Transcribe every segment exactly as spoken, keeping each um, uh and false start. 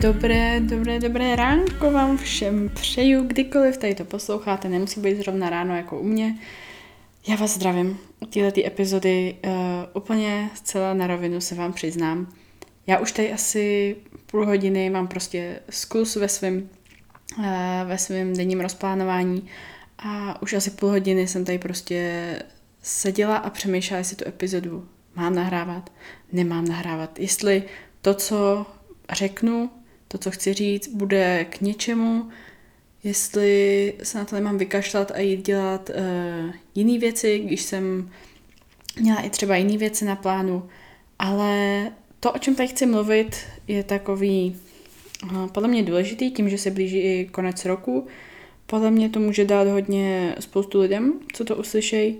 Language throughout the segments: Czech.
Dobré, dobré, dobré ránko vám všem přeju, kdykoliv tady to posloucháte, nemusí být zrovna ráno jako u mě. Já vás zdravím. Tyhle epizody uh, úplně zcela na rovinu se vám přiznám. Já už tady asi půl hodiny mám prostě skluz ve svém uh, ve svém denním rozplánování a už asi půl hodiny jsem tady prostě seděla a přemýšlela, jestli tu epizodu mám nahrávat, nemám nahrávat. Jestli to, co řeknu, to, co chci říct, bude k něčemu, jestli se na to nemám vykašlat a jít dělat uh, jiné věci, když jsem měla i třeba jiné věci na plánu, ale to, o čem tady chci mluvit, je takový uh, podle mě důležitý, tím, že se blíží i konec roku. Podle mě to může dát hodně spoustu lidem, co to uslyšejí.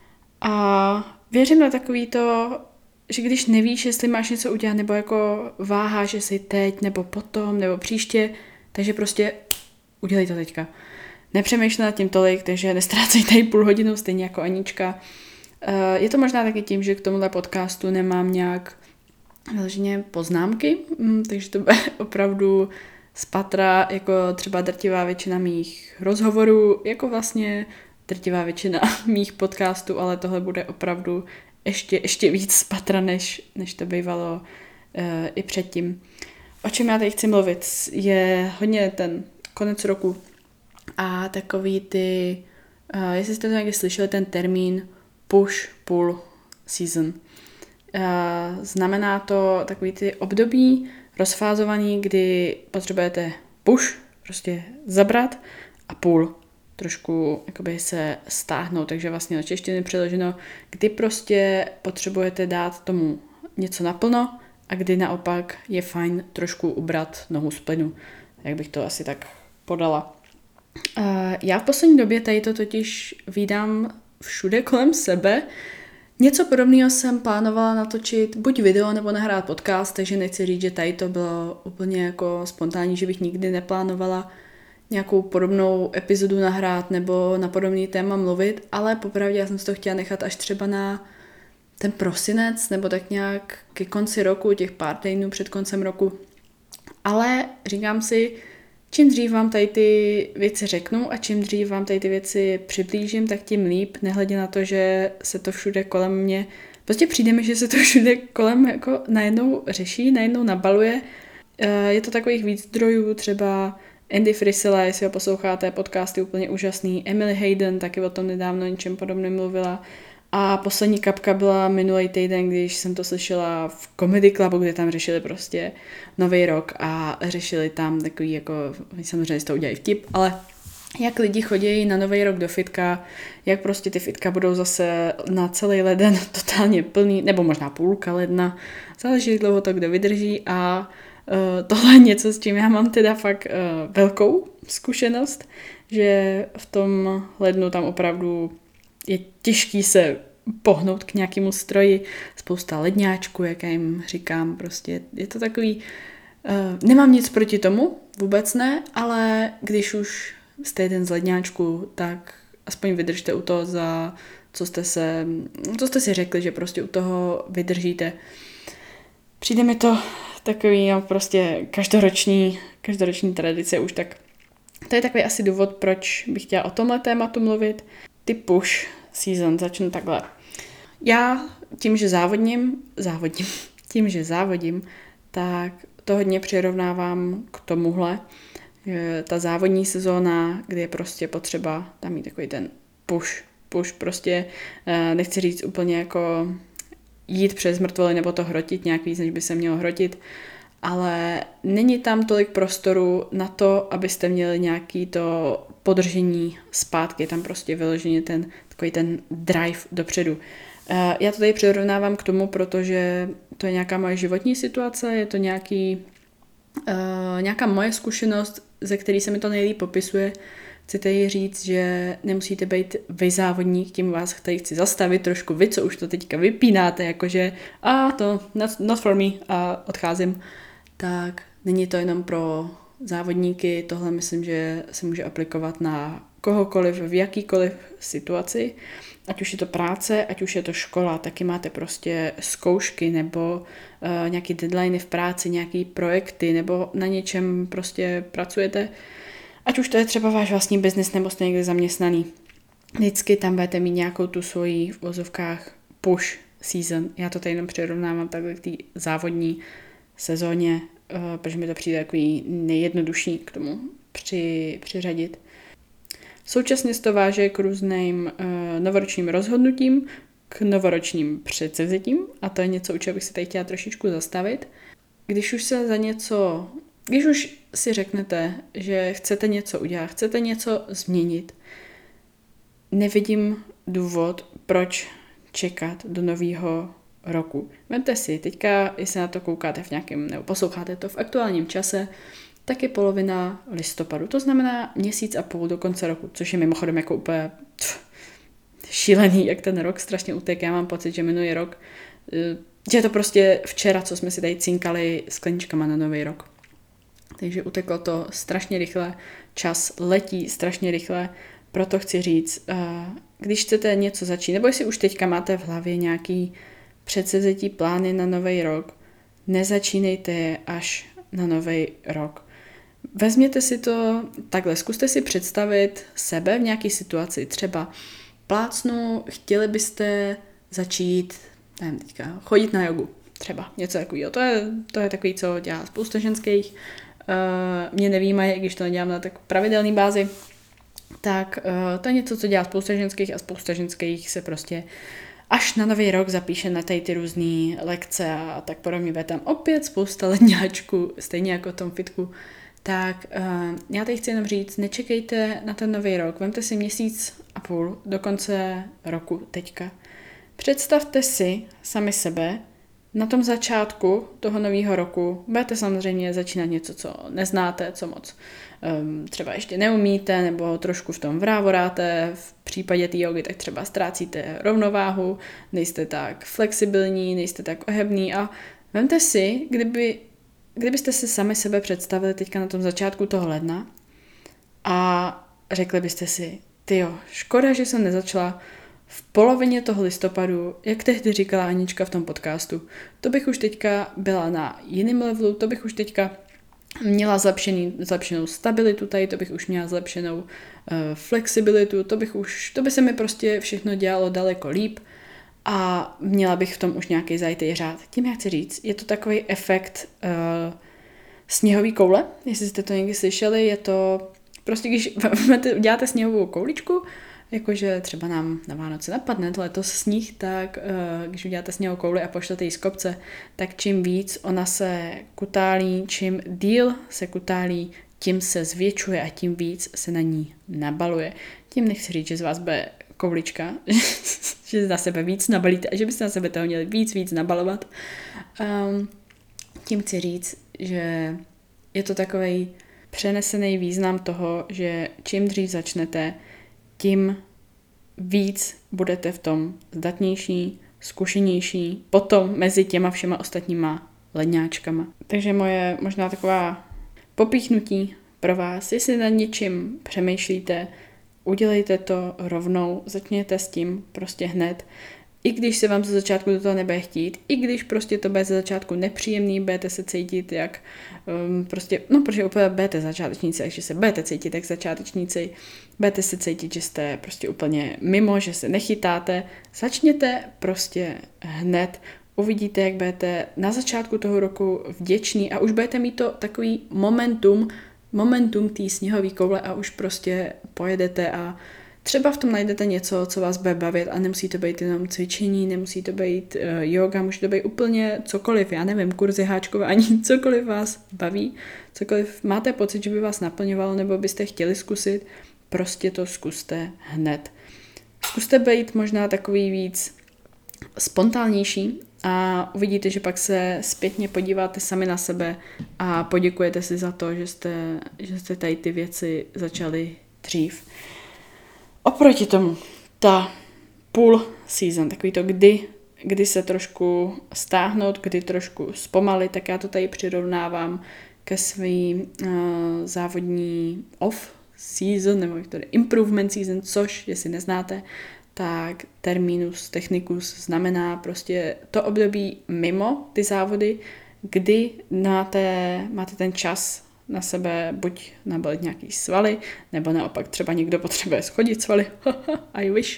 A věřím na takový to, že když nevíš, jestli máš něco udělat, nebo jako váháš, jestli teď, nebo potom, nebo příště, takže prostě udělej to teďka. Nepřemýšlej nad tím tolik, takže nestrácej tady půl hodinu, stejně jako Anička. Je to možná taky tím, že k tomuhle podcastu nemám nějak vyloženě poznámky, takže to bude opravdu z patra, jako třeba drtivá většina mých rozhovorů, jako vlastně drtivá většina mých podcastů, ale tohle bude opravdu ještě, ještě víc z patra, než, než to bývalo uh, i předtím. O čem já tady chci mluvit, je hodně ten konec roku a takový ty, uh, jestli jste to někdy slyšeli, ten termín push-pull season. Uh, znamená to takový ty období rozfázovaný, kdy potřebujete push, prostě zabrat, a pull, trošku jakoby se stáhnout, takže vlastně na češtiny přeloženo, kdy prostě potřebujete dát tomu něco naplno a kdy naopak je fajn trošku ubrat nohu z plynu. Jak bych to asi tak podala. Uh, já v poslední době tady to totiž vídám všude kolem sebe. Něco podobného jsem plánovala natočit buď video nebo nahrát podcast, takže nechci říct, že tady to bylo úplně jako spontánní, že bych nikdy neplánovala nějakou podobnou epizodu nahrát nebo na podobný téma mluvit, ale popravdě já jsem si to chtěla nechat až třeba na ten prosinec nebo tak nějak ke konci roku, těch pár týdnů před koncem roku. Ale říkám si, čím dřív vám tady ty věci řeknu a čím dřív vám tady ty věci přiblížím, tak tím líp, nehledě na to, že se to všude kolem mě, prostě přijde mi, že se to všude kolem jako najednou řeší, najednou nabaluje. Je to takových víc zdrojů, třeba Andy Frisella, jestli ho posloucháte, podcasty úplně úžasný. Emily Hayden taky o tom nedávno něčem podobným mluvila. A poslední kapka byla minulý týden, když jsem to slyšela v Comedy Clubu, kde tam řešili prostě nový rok a řešili tam takový jako, samozřejmě si to udělají vtip, ale jak lidi chodí na nový rok do fitka, jak prostě ty fitka budou zase na celý leden totálně plný, nebo možná půlka ledna, záleží, jak dlouho to kdo vydrží a Uh, tohle je něco, s čím já mám teda fakt uh, velkou zkušenost, že v tom lednu tam opravdu je těžký se pohnout k nějakému stroji, spousta ledňáčků, jak já jim říkám, prostě je to takový, uh, nemám nic proti tomu, vůbec ne, ale když už jste jeden z ledňáčků, tak aspoň vydržte u toho, za co jste se, co jste si řekli, že prostě u toho vydržíte. Přijde mi to takový no, prostě každoroční, každoroční tradice už tak. To je takový asi důvod, proč bych chtěla o tomhle tématu mluvit. Ty push season, začnu takhle. Já tím, že závodím, závodím, tím, že závodím, tak to hodně přirovnávám k tomuhle. Ta závodní sezóna, kdy je prostě potřeba tam mít takový ten push, push prostě, nechci říct úplně jako jít přes mrtvoly nebo to hrotit nějak víc, než by se mělo hrotit, ale není tam tolik prostoru na to, abyste měli nějaký to podržení zpátky, tam prostě vyloženě ten takový ten drive dopředu. Já to tady přirovnávám k tomu, protože to je nějaká moje životní situace, je to nějaký, uh, nějaká moje zkušenost, ze který se mi to nejlíp popisuje. Chci tady říct, že nemusíte být vy závodník, tím vás tady chci zastavit trošku vy, co už to teďka vypínáte, jakože a to not, not for me a odcházím. Tak není to jenom pro závodníky, tohle myslím, že se může aplikovat na kohokoliv v jakýkoliv situaci, ať už je to práce, ať už je to škola, taky máte prostě zkoušky nebo uh, nějaký deadliny v práci, nějaký projekty nebo na něčem prostě pracujete, ať už to je třeba váš vlastní biznis nebo jste někde zaměstnaný. Vždycky tam budete mít nějakou tu svoji v vozovkách push season. Já to tady jenom přirovnávám takhle k té závodní sezóně, uh, protože mi to přijde takový nejjednodušší k tomu při, přiřadit. Současně se to váže k různým uh, novoročním rozhodnutím, k novoročním předsevzetím a to je něco, u čeho bych se tady chtěla trošičku zastavit. Když už se za něco, když už si řeknete, že chcete něco udělat, chcete něco změnit, nevidím důvod, proč čekat do nového roku. Vemte si, teďka, jestli na to koukáte v nějakém, nebo posloucháte to v aktuálním čase, tak je polovina listopadu. To znamená měsíc a půl do konce roku, což je mimochodem jako úplně pff, šílený, jak ten rok strašně utek. Já mám pocit, že minulý rok, že je to prostě včera, co jsme si tady cinkali skleničkama na nový rok. Takže uteklo to strašně rychle, čas letí strašně rychle, proto chci říct, když chcete něco začít, nebo jestli už teďka máte v hlavě nějaký předsevzetí, plány na nový rok, nezačínejte je až na nový rok. Vezměte si to takhle, zkuste si představit sebe v nějaké situaci, třeba plácnu, chtěli byste začít, nevím teďka, chodit na jogu, třeba něco takového. To je, to je takový, co dělá spousta ženských. Uh, mě nevímají, když to nedělám na tak pravidelné bázi, tak uh, to je něco, co dělá spousta ženských a spousta ženských se prostě až na nový rok zapíše na tady ty různé lekce a tak podobně. Bude tam opět spousta ledňáčků, stejně jako v tom fitku. Tak uh, já teď chci jenom říct, nečekejte na ten nový rok, vemte si měsíc a půl do konce roku teďka. Představte si sami sebe na tom začátku toho nového roku. Budete samozřejmě začínat něco, co neznáte, co moc um, třeba ještě neumíte, nebo trošku v tom vrávoráte. V případě té jogy tak třeba ztrácíte rovnováhu, nejste tak flexibilní, nejste tak ohební a vemte si, kdyby Kdybyste si sami sebe představili teďka na tom začátku toho ledna a řekli byste si, tyjo, škoda, že jsem nezačala v polovině toho listopadu, jak tehdy říkala Anička v tom podcastu, to bych už teďka byla na jiném levelu, to bych už teďka měla zlepšený, zlepšenou stabilitu tady, to bych už měla zlepšenou uh, flexibilitu, to bych už, to by se mi prostě všechno dělalo daleko líp a měla bych v tom už nějaký zajitý řád. Tím já chci říct, je to takový efekt uh, sněhový koule, jestli jste to někdy slyšeli, je to prostě, když děláte sněhovou kouličku, jakože třeba nám na Vánoce napadne letos sníh, tak uh, když uděláte sněhovou kouli a pošlete ji z kopce, tak čím víc ona se kutálí, čím díl se kutálí, tím se zvětšuje a tím víc se na ní nabaluje. Tím nechci říct, že z vás bude koulička, že na sebe víc nabalíte a že byste na sebe toho měli víc, víc nabalovat. Um, tím chci říct, že je to takovej přenesený význam toho, že čím dřív začnete, tím víc budete v tom zdatnější, zkušenější, potom mezi těma všema ostatníma ledňáčkama. Takže moje možná taková popíchnutí pro vás, jestli nad něčím přemýšlíte, udělejte to rovnou, začněte s tím prostě hned. I když se vám ze začátku do toho nebude chtít, i když prostě to bude ze začátku nepříjemný, budete se cítit jak um, prostě, no protože úplně budete začátečníci, takže se budete cítit jak začátečníci, budete se cítit, že jste prostě úplně mimo, že se nechytáte, začněte prostě hned, uvidíte, jak budete na začátku toho roku vděční a už budete mít to takový momentum, momentum té sněhové koule a už prostě pojedete a třeba v tom najdete něco, co vás bude bavit a nemusí to být jenom cvičení, nemusí to být uh, yoga, může to být úplně cokoliv, já nevím, kurzy háčkování, cokoliv vás baví, cokoliv máte pocit, že by vás naplňovalo nebo byste chtěli zkusit, prostě to zkuste hned. Zkuste být možná takový víc spontánnější a uvidíte, že pak se zpětně podíváte sami na sebe a poděkujete si za to, že jste, že jste tady ty věci začali dřív. Oproti tomu, ta půl season, takový to kdy, kdy se trošku stáhnout, kdy trošku zpomalit, tak já to tady přirovnávám ke svý uh, závodní off season, nebo Victoria improvement season, což, jestli neznáte, tak terminus technicus znamená prostě to období mimo ty závody, kdy máte, máte ten čas na sebe buď nabalit nějaký svaly, nebo naopak třeba někdo potřebuje schodit svaly, I wish.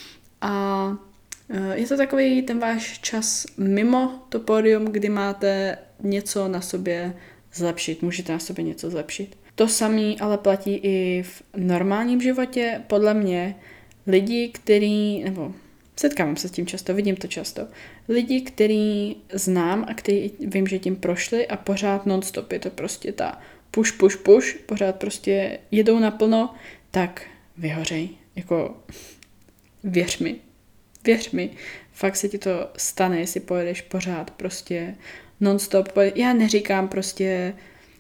A je to takový ten váš čas mimo to pódium, kdy máte něco na sobě zlepšit, můžete na sobě něco zlepšit. To samé ale platí i v normálním životě. Podle mě lidi, který, nebo setkávám se s tím často, vidím to často, lidi, který znám a který vím, že tím prošli a pořád non-stop je to prostě ta push, push, push, pořád prostě jedou naplno, tak vyhořej. Jako věř mi, věř mi, fakt se ti to stane, jestli pojedeš pořád prostě non-stop. Já neříkám prostě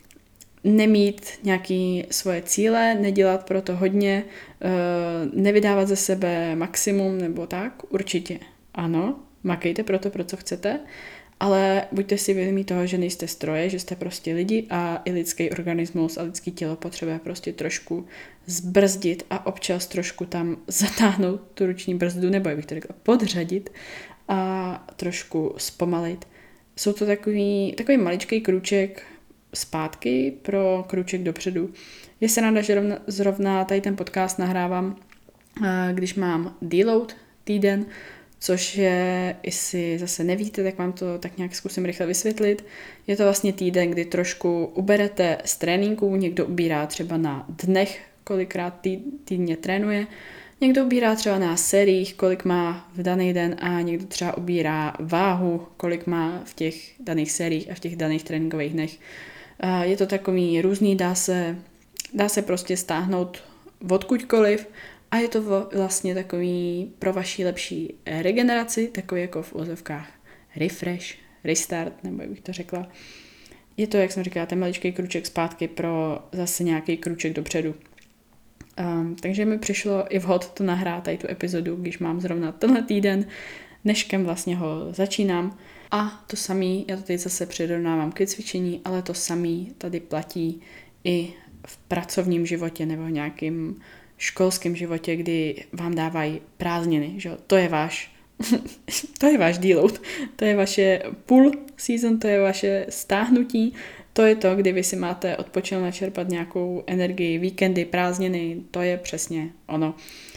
nemít nějaký svoje cíle, nedělat pro to hodně, nevydávat ze sebe maximum nebo tak, určitě ano, makejte pro to, pro co chcete, ale buďte si vědomí toho, že nejste stroje, že jste prostě lidi a i lidský organismus a lidský tělo potřebuje prostě trošku zbrzdit a občas trošku tam zatáhnout tu ruční brzdu, nebo jak bych to řekla, podřadit a trošku zpomalit. Jsou to takový, takový maličký krůček zpátky pro krůček dopředu. Je se ráda, že rovna, zrovna tady ten podcast nahrávám, když mám deload týden, což je, jestli zase nevíte, tak vám to tak nějak zkusím rychle vysvětlit. Je to vlastně týden, kdy trošku uberete z tréninku, někdo ubírá třeba na dnech, kolikrát tý, týdně trénuje, někdo ubírá třeba na sériích, kolik má v daný den a někdo třeba ubírá váhu, kolik má v těch daných sériích a v těch daných tréninkových dnech. Je to takový různý, dá se, dá se prostě stáhnout odkudkoliv a je to vlastně takový pro vaši lepší regeneraci, takový jako v ozovkách refresh, restart, nebo jak bych to řekla. Je to, jak jsem říkala, ten maličký kruček zpátky pro zase nějaký kruček dopředu. Um, takže mi přišlo i vhod to nahrát tady tu epizodu, když mám zrovna tenhle týden, dneškem vlastně ho začínám. A to samý, já to teď zase přirovnávám ke cvičení, ale to samý tady platí i v pracovním životě nebo v nějakém školském životě, kdy vám dávají prázdniny, že jo? To je váš, to je váš deload, to je vaše pull season, to je vaše stáhnutí, to je to, kdy vy si máte odpočinout, načerpat nějakou energii, víkendy, prázdniny, to je přesně ono.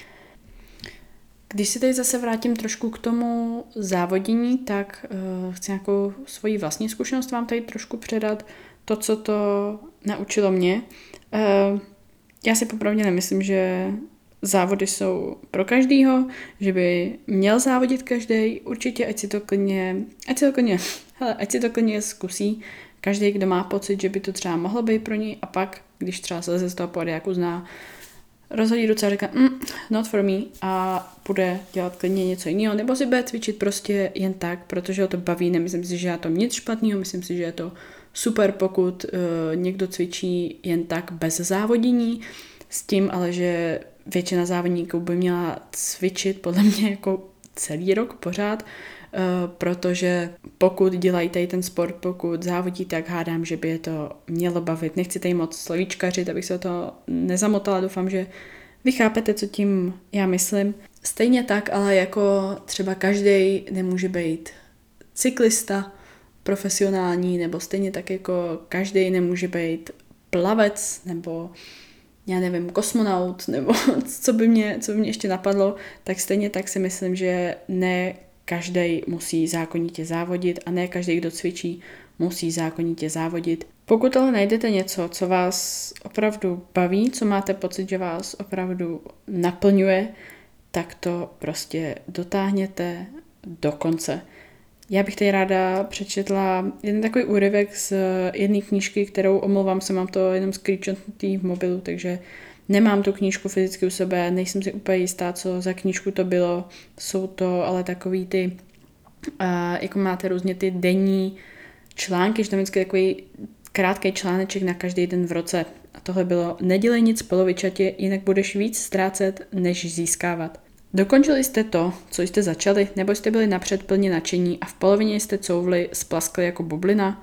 Když si teď zase vrátím trošku k tomu závodění, tak uh, chci nějakou svoji vlastní zkušenost vám tady trošku předat, to, co to naučilo mě. Uh, já si popravdě nemyslím, že závody jsou pro každýho, že by měl závodit každý. Určitě, ať si to klidně, ať si to klidně, hele, ať si to klidně zkusí. Každý, kdo má pocit, že by to třeba mohlo být pro něj a pak, když třeba sleze z toho podiáku zná, rozhodí ruce a říká, mm, not for me a bude dělat klidně něco jiného, nebo si bude cvičit prostě jen tak, protože ho to baví, nemyslím si, že je to nic špatného, myslím si, že je to super, pokud uh, někdo cvičí jen tak bez závodění, s tím ale, že většina závodníků by měla cvičit podle mě jako celý rok pořád, uh, protože pokud dělají tady ten sport, pokud závodí, tak hádám, že by je to mělo bavit. Nechci tady moc slovíčkařit, abych se to nezamotala, doufám, že vy chápete, co tím já myslím. Stejně tak, ale jako třeba každý nemůže být cyklista profesionální, nebo stejně tak jako každý nemůže být plavec, nebo já nevím, kosmonaut, nebo co by mě, co by mě ještě napadlo, tak stejně tak si myslím, že ne každý musí zákonitě závodit a ne každý, kdo cvičí, musí zákonitě závodit. Pokud ale najdete něco, co vás opravdu baví, co máte pocit, že vás opravdu naplňuje, tak to prostě dotáhněte do konce. Já bych tady ráda přečetla jeden takový úryvek z jedné knížky, kterou, omlouvám se, mám to jenom screenshotnutý v mobilu, takže nemám tu knížku fyzicky u sebe, nejsem si úplně jistá, co za knížku to bylo. Jsou to ale takový ty, uh, jako máte různě ty denní články, že tam je takový krátký článeček na každý den v roce. A tohle bylo: nedělej nic polovičatě, jinak budeš víc ztrácet, než získávat. Dokončili jste to, co jste začali, nebo jste byli napřed plně nadšení a v polovině jste couvli, splaskli jako bublina?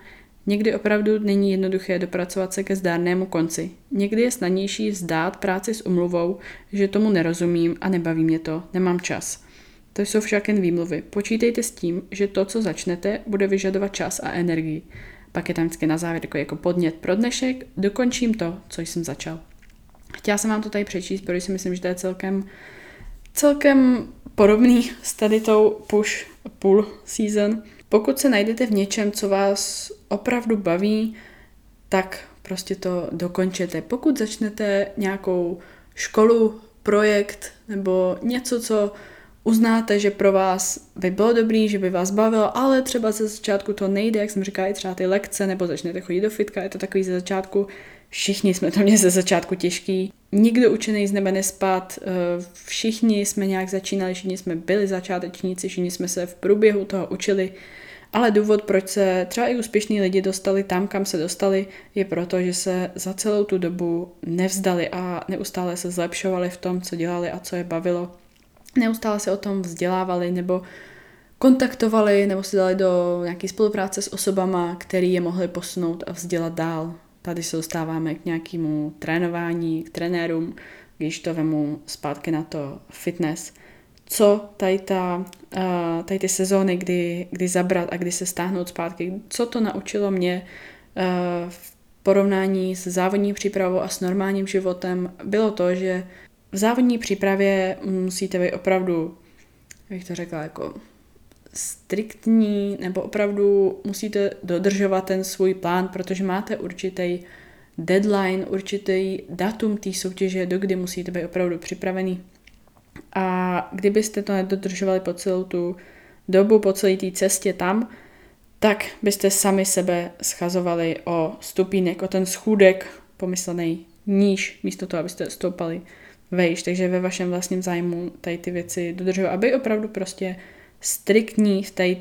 Někdy opravdu není jednoduché dopracovat se ke zdárnému konci. Někdy je snadnější vzdát práci s umluvou, že tomu nerozumím a nebaví mě to, nemám čas. To jsou však jen výmluvy. Počítejte s tím, že to, co začnete, bude vyžadovat čas a energii. Pak je tam vždycky na závěr jako, jako podnět pro dnešek, dokončím to, co jsem začal. Chtěla jsem vám to tady přečíst, protože si myslím, že to je celkem, celkem podobný s tady tou push pull season. Pokud se najdete v něčem, co vás opravdu baví, tak prostě to dokončete. Pokud začnete nějakou školu, projekt nebo něco, co uznáte, že pro vás by bylo dobrý, že by vás bavilo, ale třeba ze začátku to nejde, jak jsem říkala, i třeba ty lekce, nebo začnete chodit do fitka, je to takový ze začátku, všichni jsme to měli ze začátku těžký. Nikdo učený z nebe nespad, všichni jsme nějak začínali, všichni jsme byli začátečníci, všichni jsme se v průběhu toho učili, ale důvod, proč se třeba i úspěšní lidi dostali tam, kam se dostali, je proto, že se za celou tu dobu nevzdali a neustále se zlepšovali v tom, co dělali a co je bavilo. Neustále se o tom vzdělávali nebo kontaktovali nebo si dali do nějaké spolupráce s osobama, který je mohli posunout a vzdělat dál. Tady se dostáváme k nějakému trénování, k trenérům, když to vemu zpátky na to fitness. Co tady, ta, tady ty sezóny, kdy, kdy zabrat a kdy se stáhnout zpátky, co to naučilo mě v porovnání s závodní přípravou a s normálním životem, bylo to, že v závodní přípravě musíte být opravdu, jak bych to řekla, jako striktní, nebo opravdu musíte dodržovat ten svůj plán, protože máte určitý deadline, určitý datum té soutěže, do kdy musíte být opravdu připravený. A kdybyste to nedodržovali po celou tu dobu, po celé té cestě tam, tak byste sami sebe schazovali o stupínek, o ten schůdek pomyslený níž, místo toho, abyste stoupali vejš. Takže ve vašem vlastním zájmu tady ty věci dodržovat, aby opravdu prostě striktní v tady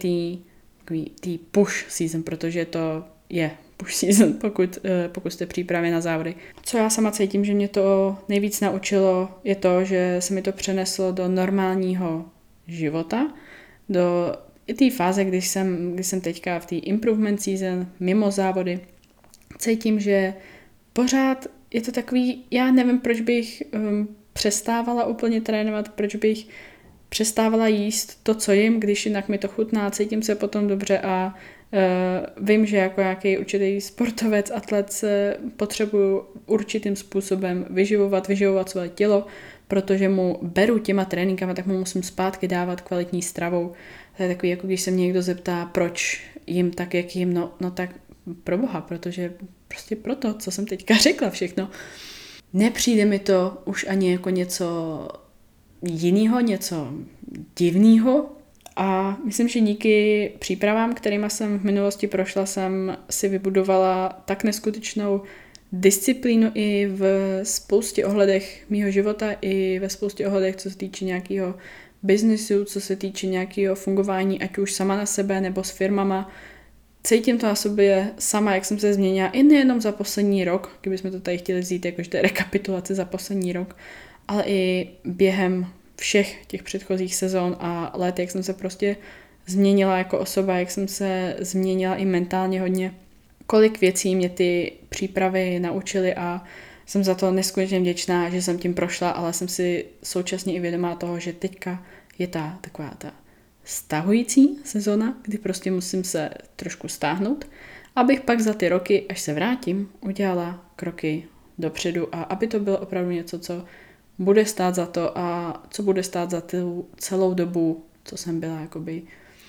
té push season, protože to je push season, pokud, pokud jste přípravě na závody. Co já sama cítím, že mě to nejvíc naučilo, je to, že se mi to přeneslo do normálního života, do té fáze, když jsem, když jsem teďka v té improvement season, mimo závody. Cítím, že pořád je to takový, já nevím, proč bych um, přestávala úplně trénovat, proč bych přestávala jíst to, co jim, když jinak mi to chutná, cítím se potom dobře a uh, vím, že jako nějaký určitý sportovec, atlet se potřebuju určitým způsobem vyživovat, vyživovat své tělo, protože mu beru těma tréninkama, tak mu musím zpátky dávat kvalitní stravou. To je takový, jako když se mě někdo zeptá, proč jim tak, jak jim, no, no tak pro boha, protože prostě proto, co jsem teďka řekla všechno. Nepřijde mi to už ani jako něco jinýho, něco divného a myslím, že díky přípravám, kterýma jsem v minulosti prošla, jsem si vybudovala tak neskutečnou disciplínu i v spoustě ohledech mýho života, i ve spoustě ohledech, co se týče nějakého biznesu, co se týče nějakého fungování, ať už sama na sebe nebo s firmama. Cítím to na sobě sama, jak jsem se změnila, i nejenom za poslední rok, kdybychom to tady chtěli vzít, jakože to je rekapitulace za poslední rok, ale i během všech těch předchozích sezon a let, jak jsem se prostě změnila jako osoba, jak jsem se změnila i mentálně hodně. Kolik věcí mě ty přípravy naučily a jsem za to neskutečně vděčná, že jsem tím prošla, ale jsem si současně i vědomá toho, že teďka je ta taková ta stahující sezona, kdy prostě musím se trošku stáhnout, abych pak za ty roky, až se vrátím, udělala kroky dopředu a aby to bylo opravdu něco, co bude stát za to a co bude stát za tu celou dobu, co jsem byla jakoby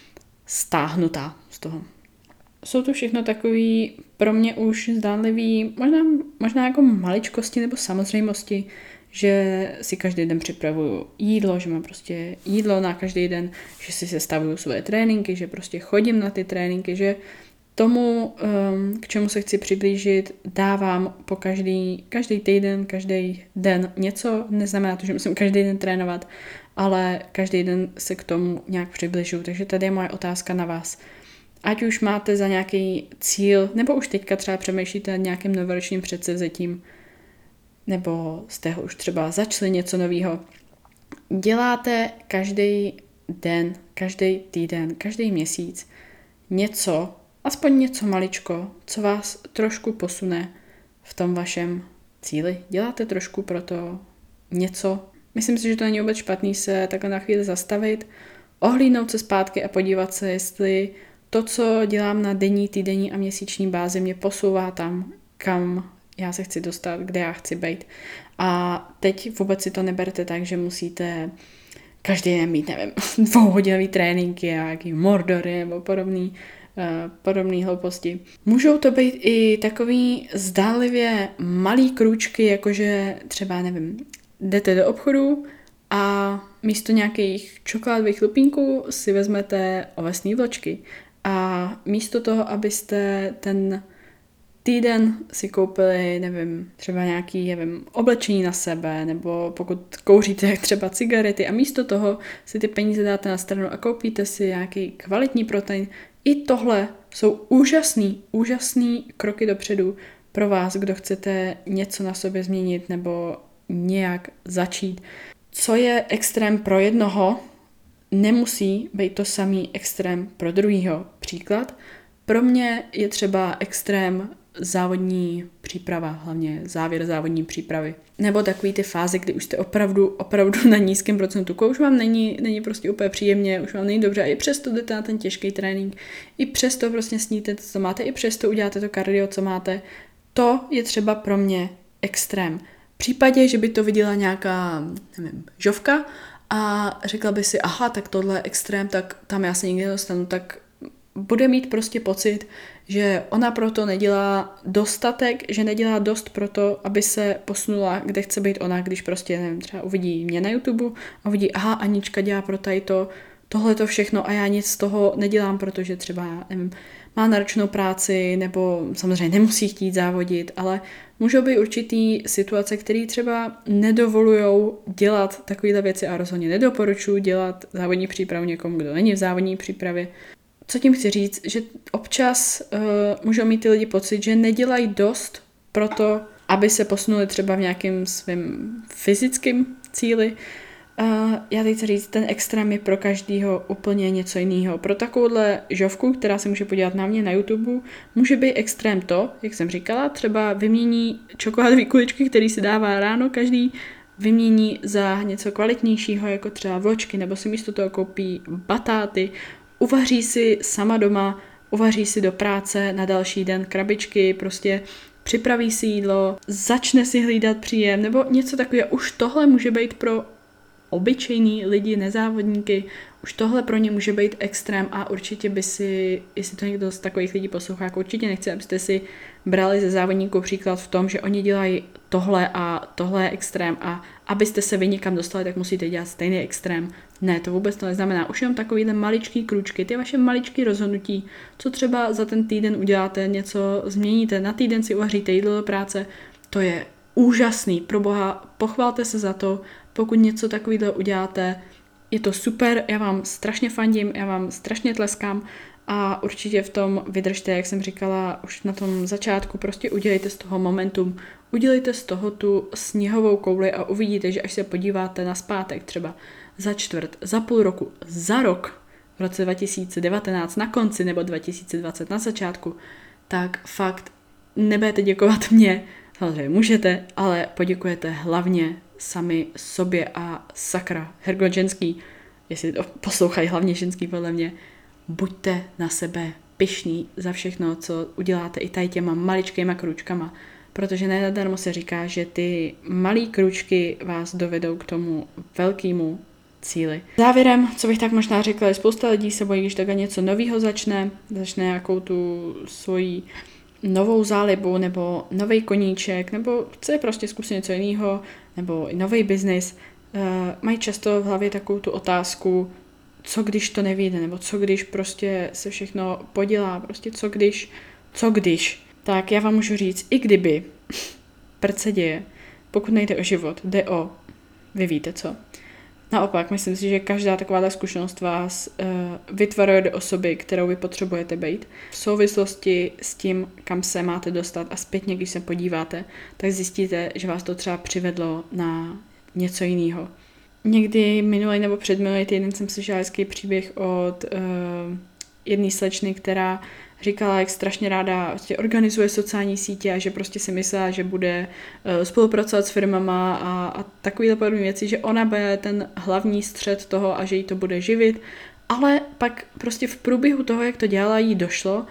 stáhnutá z toho. Jsou to všechno takový pro mě už zdánlivý, možná, možná jako maličkosti nebo samozřejmosti, že si každý den připravuju jídlo, že mám prostě jídlo na každý den, že si sestavuju svoje tréninky, že prostě chodím na ty tréninky, že tomu, k čemu se chci přiblížit, dávám po každý, každý týden, každý den něco. Neznamená to, že musím každý den trénovat, ale každý den se k tomu nějak přibližuju. Takže tady je moje otázka na vás. Ať už máte za nějaký cíl, nebo už teďka třeba přemýšlíte nad nějakým novoročním předsevzetím, nebo jste ho už třeba začali něco nového. Děláte každý den, každý týden, každý měsíc něco, aspoň něco maličko, co vás trošku posune v tom vašem cíli. Děláte trošku pro to něco. Myslím si, že to není vůbec špatný se takhle na chvíli zastavit, ohlídnout se zpátky a podívat se, jestli to, co dělám na denní, týdenní a měsíční bázi, mě posouvá tam, kam já se chci dostat, kde já chci být. A teď vůbec si to neberte tak, že musíte každý den mít, nevím, dvouhodinový tréninky, jaký mordory nebo podobný, uh, podobný hlouposti. Můžou to být i takový zdánlivě malý krůčky, jakože třeba, nevím, jdete do obchodu a místo nějakých čokoládových lupínků si vezmete ovesné vločky. A místo toho, abyste ten týden si koupili, nevím, třeba nějaký, nevím, oblečení na sebe, nebo pokud kouříte třeba cigarety a místo toho si ty peníze dáte na stranu a koupíte si nějaký kvalitní protein. I tohle jsou úžasný, úžasný kroky dopředu pro vás, kdo chcete něco na sobě změnit nebo nějak začít. Co je extrém pro jednoho, nemusí být to samý extrém pro druhýho. Příklad. Pro mě je třeba extrém závodní příprava, hlavně závěr závodní přípravy. Nebo takový ty fáze, kdy už jste opravdu, opravdu na nízkém procentu. Už vám není, není prostě úplně příjemně, už vám není dobře a i přesto jdete na ten těžký trénink, i přesto prostě sníte to, co máte, i přesto uděláte to kardio, co máte. To je třeba pro mě extrém. V případě, že by to viděla nějaká, nevím, žovka a řekla by si, aha, tak tohle je extrém, tak tam já se nikdy nedostanu, tak bude mít prostě pocit, že ona proto nedělá dostatek, že nedělá dost proto, aby se posunula, kde chce být ona, když prostě, nevím, třeba uvidí mě na YouTube a uvidí, aha, Anička dělá pro tady to, tohle to všechno a já nic z toho nedělám, protože třeba, nevím, má náročnou práci, nebo samozřejmě nemusí chtít závodit, ale můžou být určitý situace, které třeba nedovolujou dělat takovéhle věci a rozhodně nedoporučuji dělat závodní přípravu někomu, kdo není v závodní přípravě. Co tím chci říct, že občas uh, můžou mít ty lidi pocit, že nedělají dost pro to, aby se posunuli třeba v nějakém svém fyzickém cíli. Uh, já teď chci říct, ten extrém je pro každýho úplně něco jiného. Pro takovouhle žovku, která se může podívat na mě na YouTube, může být extrém to, jak jsem říkala, třeba vymění čokoládové kuličky, který si dává ráno každý, vymění za něco kvalitnějšího, jako třeba vločky, nebo si místo toho koupí batáty, uvaří si sama doma, uvaří si do práce na další den krabičky, prostě připraví si jídlo, začne si hlídat příjem, nebo něco takového. Už tohle může být pro obyčejný lidi, nezávodníky, už tohle pro ně může být extrém a určitě by si, jestli to někdo z takových lidí poslouchá, jako určitě nechci, abyste si brali ze závodníků příklad v tom, že oni dělají tohle a tohle je extrém a abyste se vy někam dostali, tak musíte dělat stejný extrém. Ne, to vůbec to neznamená. Už jenom takovýhle maličký kručky, ty vaše maličký rozhodnutí, co třeba za ten týden uděláte, něco změníte, na týden si uvaříte jídlo do práce, to je úžasný. Pro boha, pochválte se za to, pokud něco takového uděláte, je to super, já vám strašně fandím, já vám strašně tleskám a určitě v tom vydržte, jak jsem říkala už na tom začátku, prostě udělejte z toho momentum, udělejte z toho tu sněhovou kouli a uvidíte, že až se podíváte na zpátek třeba za čtvrt, za půl roku, za rok, v roce dva tisíce devatenáct na konci nebo dva tisíce dvacet na začátku, tak fakt nebudete děkovat mě, samozřejmě můžete, ale poděkujete hlavně sami sobě a sakra, hergot ženský, jestli to poslouchají hlavně ženský podle mě, buďte na sebe pyšní za všechno, co uděláte i tady těma maličkýma kručkama, protože nenadarmo se říká, že ty malý kručky vás dovedou k tomu velkému cíli. Závěrem, co bych tak možná řekla, je spousta lidí se bojí, když takhle něco nového začne, začne nějakou tu svoji novou zálibu nebo nový koníček, nebo chce prostě zkusit něco jiného, nebo nový biznis, uh, mají často v hlavě takovou tu otázku, co když to nevyjde, nebo co když prostě se všechno podělá, prostě co když, co když. Tak já vám můžu říct, i kdyby, prd se děje, pokud nejde o život, jde o, vy víte co. Naopak, myslím si, že každá taková zkušenost vás uh, vytvaruje do osoby, kterou vy potřebujete být. V souvislosti s tím, kam se máte dostat a zpětně, když se podíváte, tak zjistíte, že vás to třeba přivedlo na něco jiného. Někdy minulý nebo předminulý týden jsem slyšela hezký příběh od uh, jedné slečny, která říkala, jak strašně ráda prostě organizuje sociální sítě a že prostě si myslela, že bude uh, spolupracovat s firmama a, a takovýhle podobné věci, že ona bude ten hlavní střed toho a že jí to bude živit, ale pak prostě v průběhu toho, jak to dělala, jí došlo,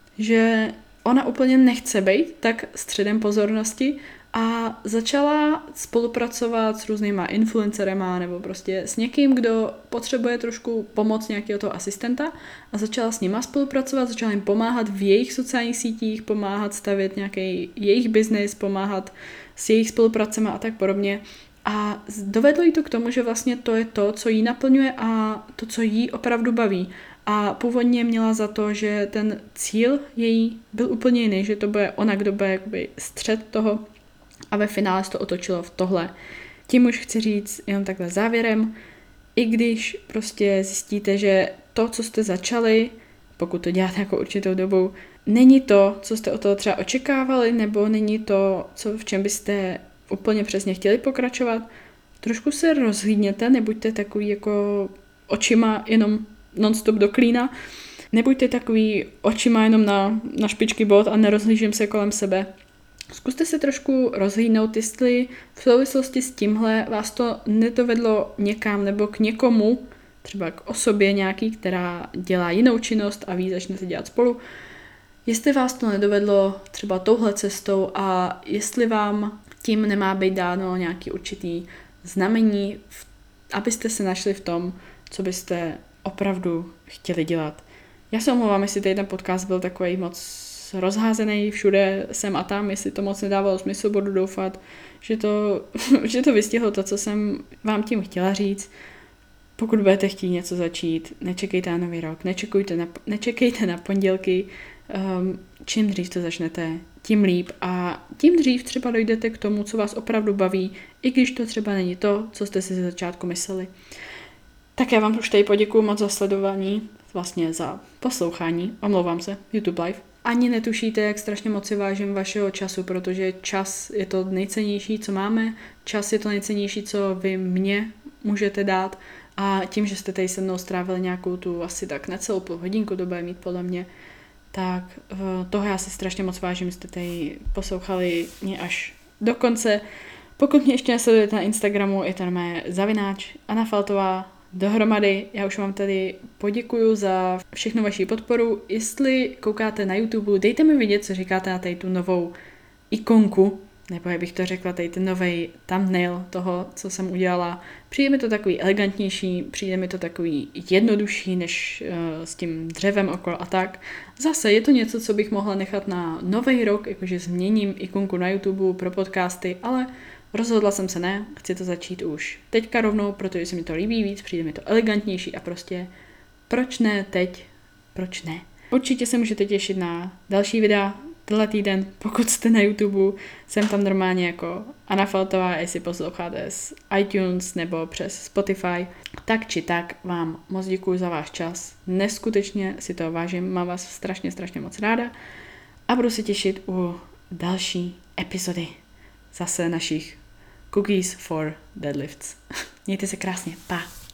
že ona úplně nechce být tak středem pozornosti a začala spolupracovat s různýma influencerema nebo prostě s někým, kdo potřebuje trošku pomoc nějakého toho asistenta a začala s nima spolupracovat, začala jim pomáhat v jejich sociálních sítích, pomáhat stavět nějaký jejich biznis, pomáhat s jejich spolupracemi a tak podobně. A dovedlo jí to k tomu, že vlastně to je to, co jí naplňuje a to, co jí opravdu baví. A původně měla za to, že ten cíl její byl úplně jiný, že to bude ona, kdo bude jakoby střed toho a ve finále se to otočilo v tohle. Tím už chci říct jenom takhle závěrem, i když prostě zjistíte, že to, co jste začali, pokud to děláte jako určitou dobu, není to, co jste od toho třeba očekávali, nebo není to, co, v čem byste úplně přesně chtěli pokračovat, trošku se rozhlídněte, nebuďte takový jako očima jenom non-stop do klína, nebuďte takový očima jenom na, na špičky bod a nerozhlížím se kolem sebe. Zkuste se trošku rozhlídnout, jestli v souvislosti s tímhle vás to nedovedlo někam nebo k někomu, třeba k osobě nějaký, která dělá jinou činnost a vy začnete dělat spolu, jestli vás to nedovedlo třeba touhle cestou a jestli vám tím nemá být dáno nějaký určitý znamení, abyste se našli v tom, co byste opravdu chtěli dělat. Já se omlouvám, jestli tady ten podcast byl takový moc rozházený všude sem a tam, jestli to moc nedávalo smysl, budu doufat, že to, že to vystihlo to, co jsem vám tím chtěla říct. Pokud budete chtít něco začít, nečekejte na nový rok, nečekujte na, nečekejte na pondělky, um, čím dřív to začnete, tím líp a tím dřív třeba dojdete k tomu, co vás opravdu baví, i když to třeba není to, co jste si ze začátku mysleli. Tak já vám už tady poděkuju moc za sledování, vlastně za poslouchání, omlouvám se, YouTube Live. Ani netušíte, jak strašně moc si vážím vašeho času, protože čas je to nejcennější, co máme, čas je to nejcennější, co vy mě můžete dát a tím, že jste tady se mnou strávili nějakou tu asi tak necelou půl hodinku, to bude mít podle mě, tak toho já si strašně moc vážím, jste tady poslouchali mě až do konce. Pokud mě ještě nesledujete na Instagramu, je to mé zavináč Anna Faltová dohromady. Já už vám tady poděkuju za všechnu vaši podporu. Jestli koukáte na YouTube, dejte mi vědět, co říkáte na tady tu novou ikonku, nebo jak bych to řekla, tady ten nový thumbnail toho, co jsem udělala. Přijde mi to takový elegantnější, přijde mi to takový jednodušší, než uh, s tím dřevem okolo a tak. Zase je to něco, co bych mohla nechat na nový rok, jakože změním ikonku na YouTube pro podcasty, ale rozhodla jsem se ne, chci to začít už teďka rovnou, protože se mi to líbí víc, přijde mi to elegantnější a prostě proč ne teď, proč ne. Určitě se můžete těšit na další videa tenhle týden, pokud jste na YouTube, jsem tam normálně jako Anna Faltová, jestli posloucháte z iTunes nebo přes Spotify, tak či tak vám moc děkuji za váš čas, neskutečně si to vážím, mám vás strašně, strašně moc ráda a budu se těšit u další epizody zase našich Cookies for Deadlifts. Mějte se krásně, pa!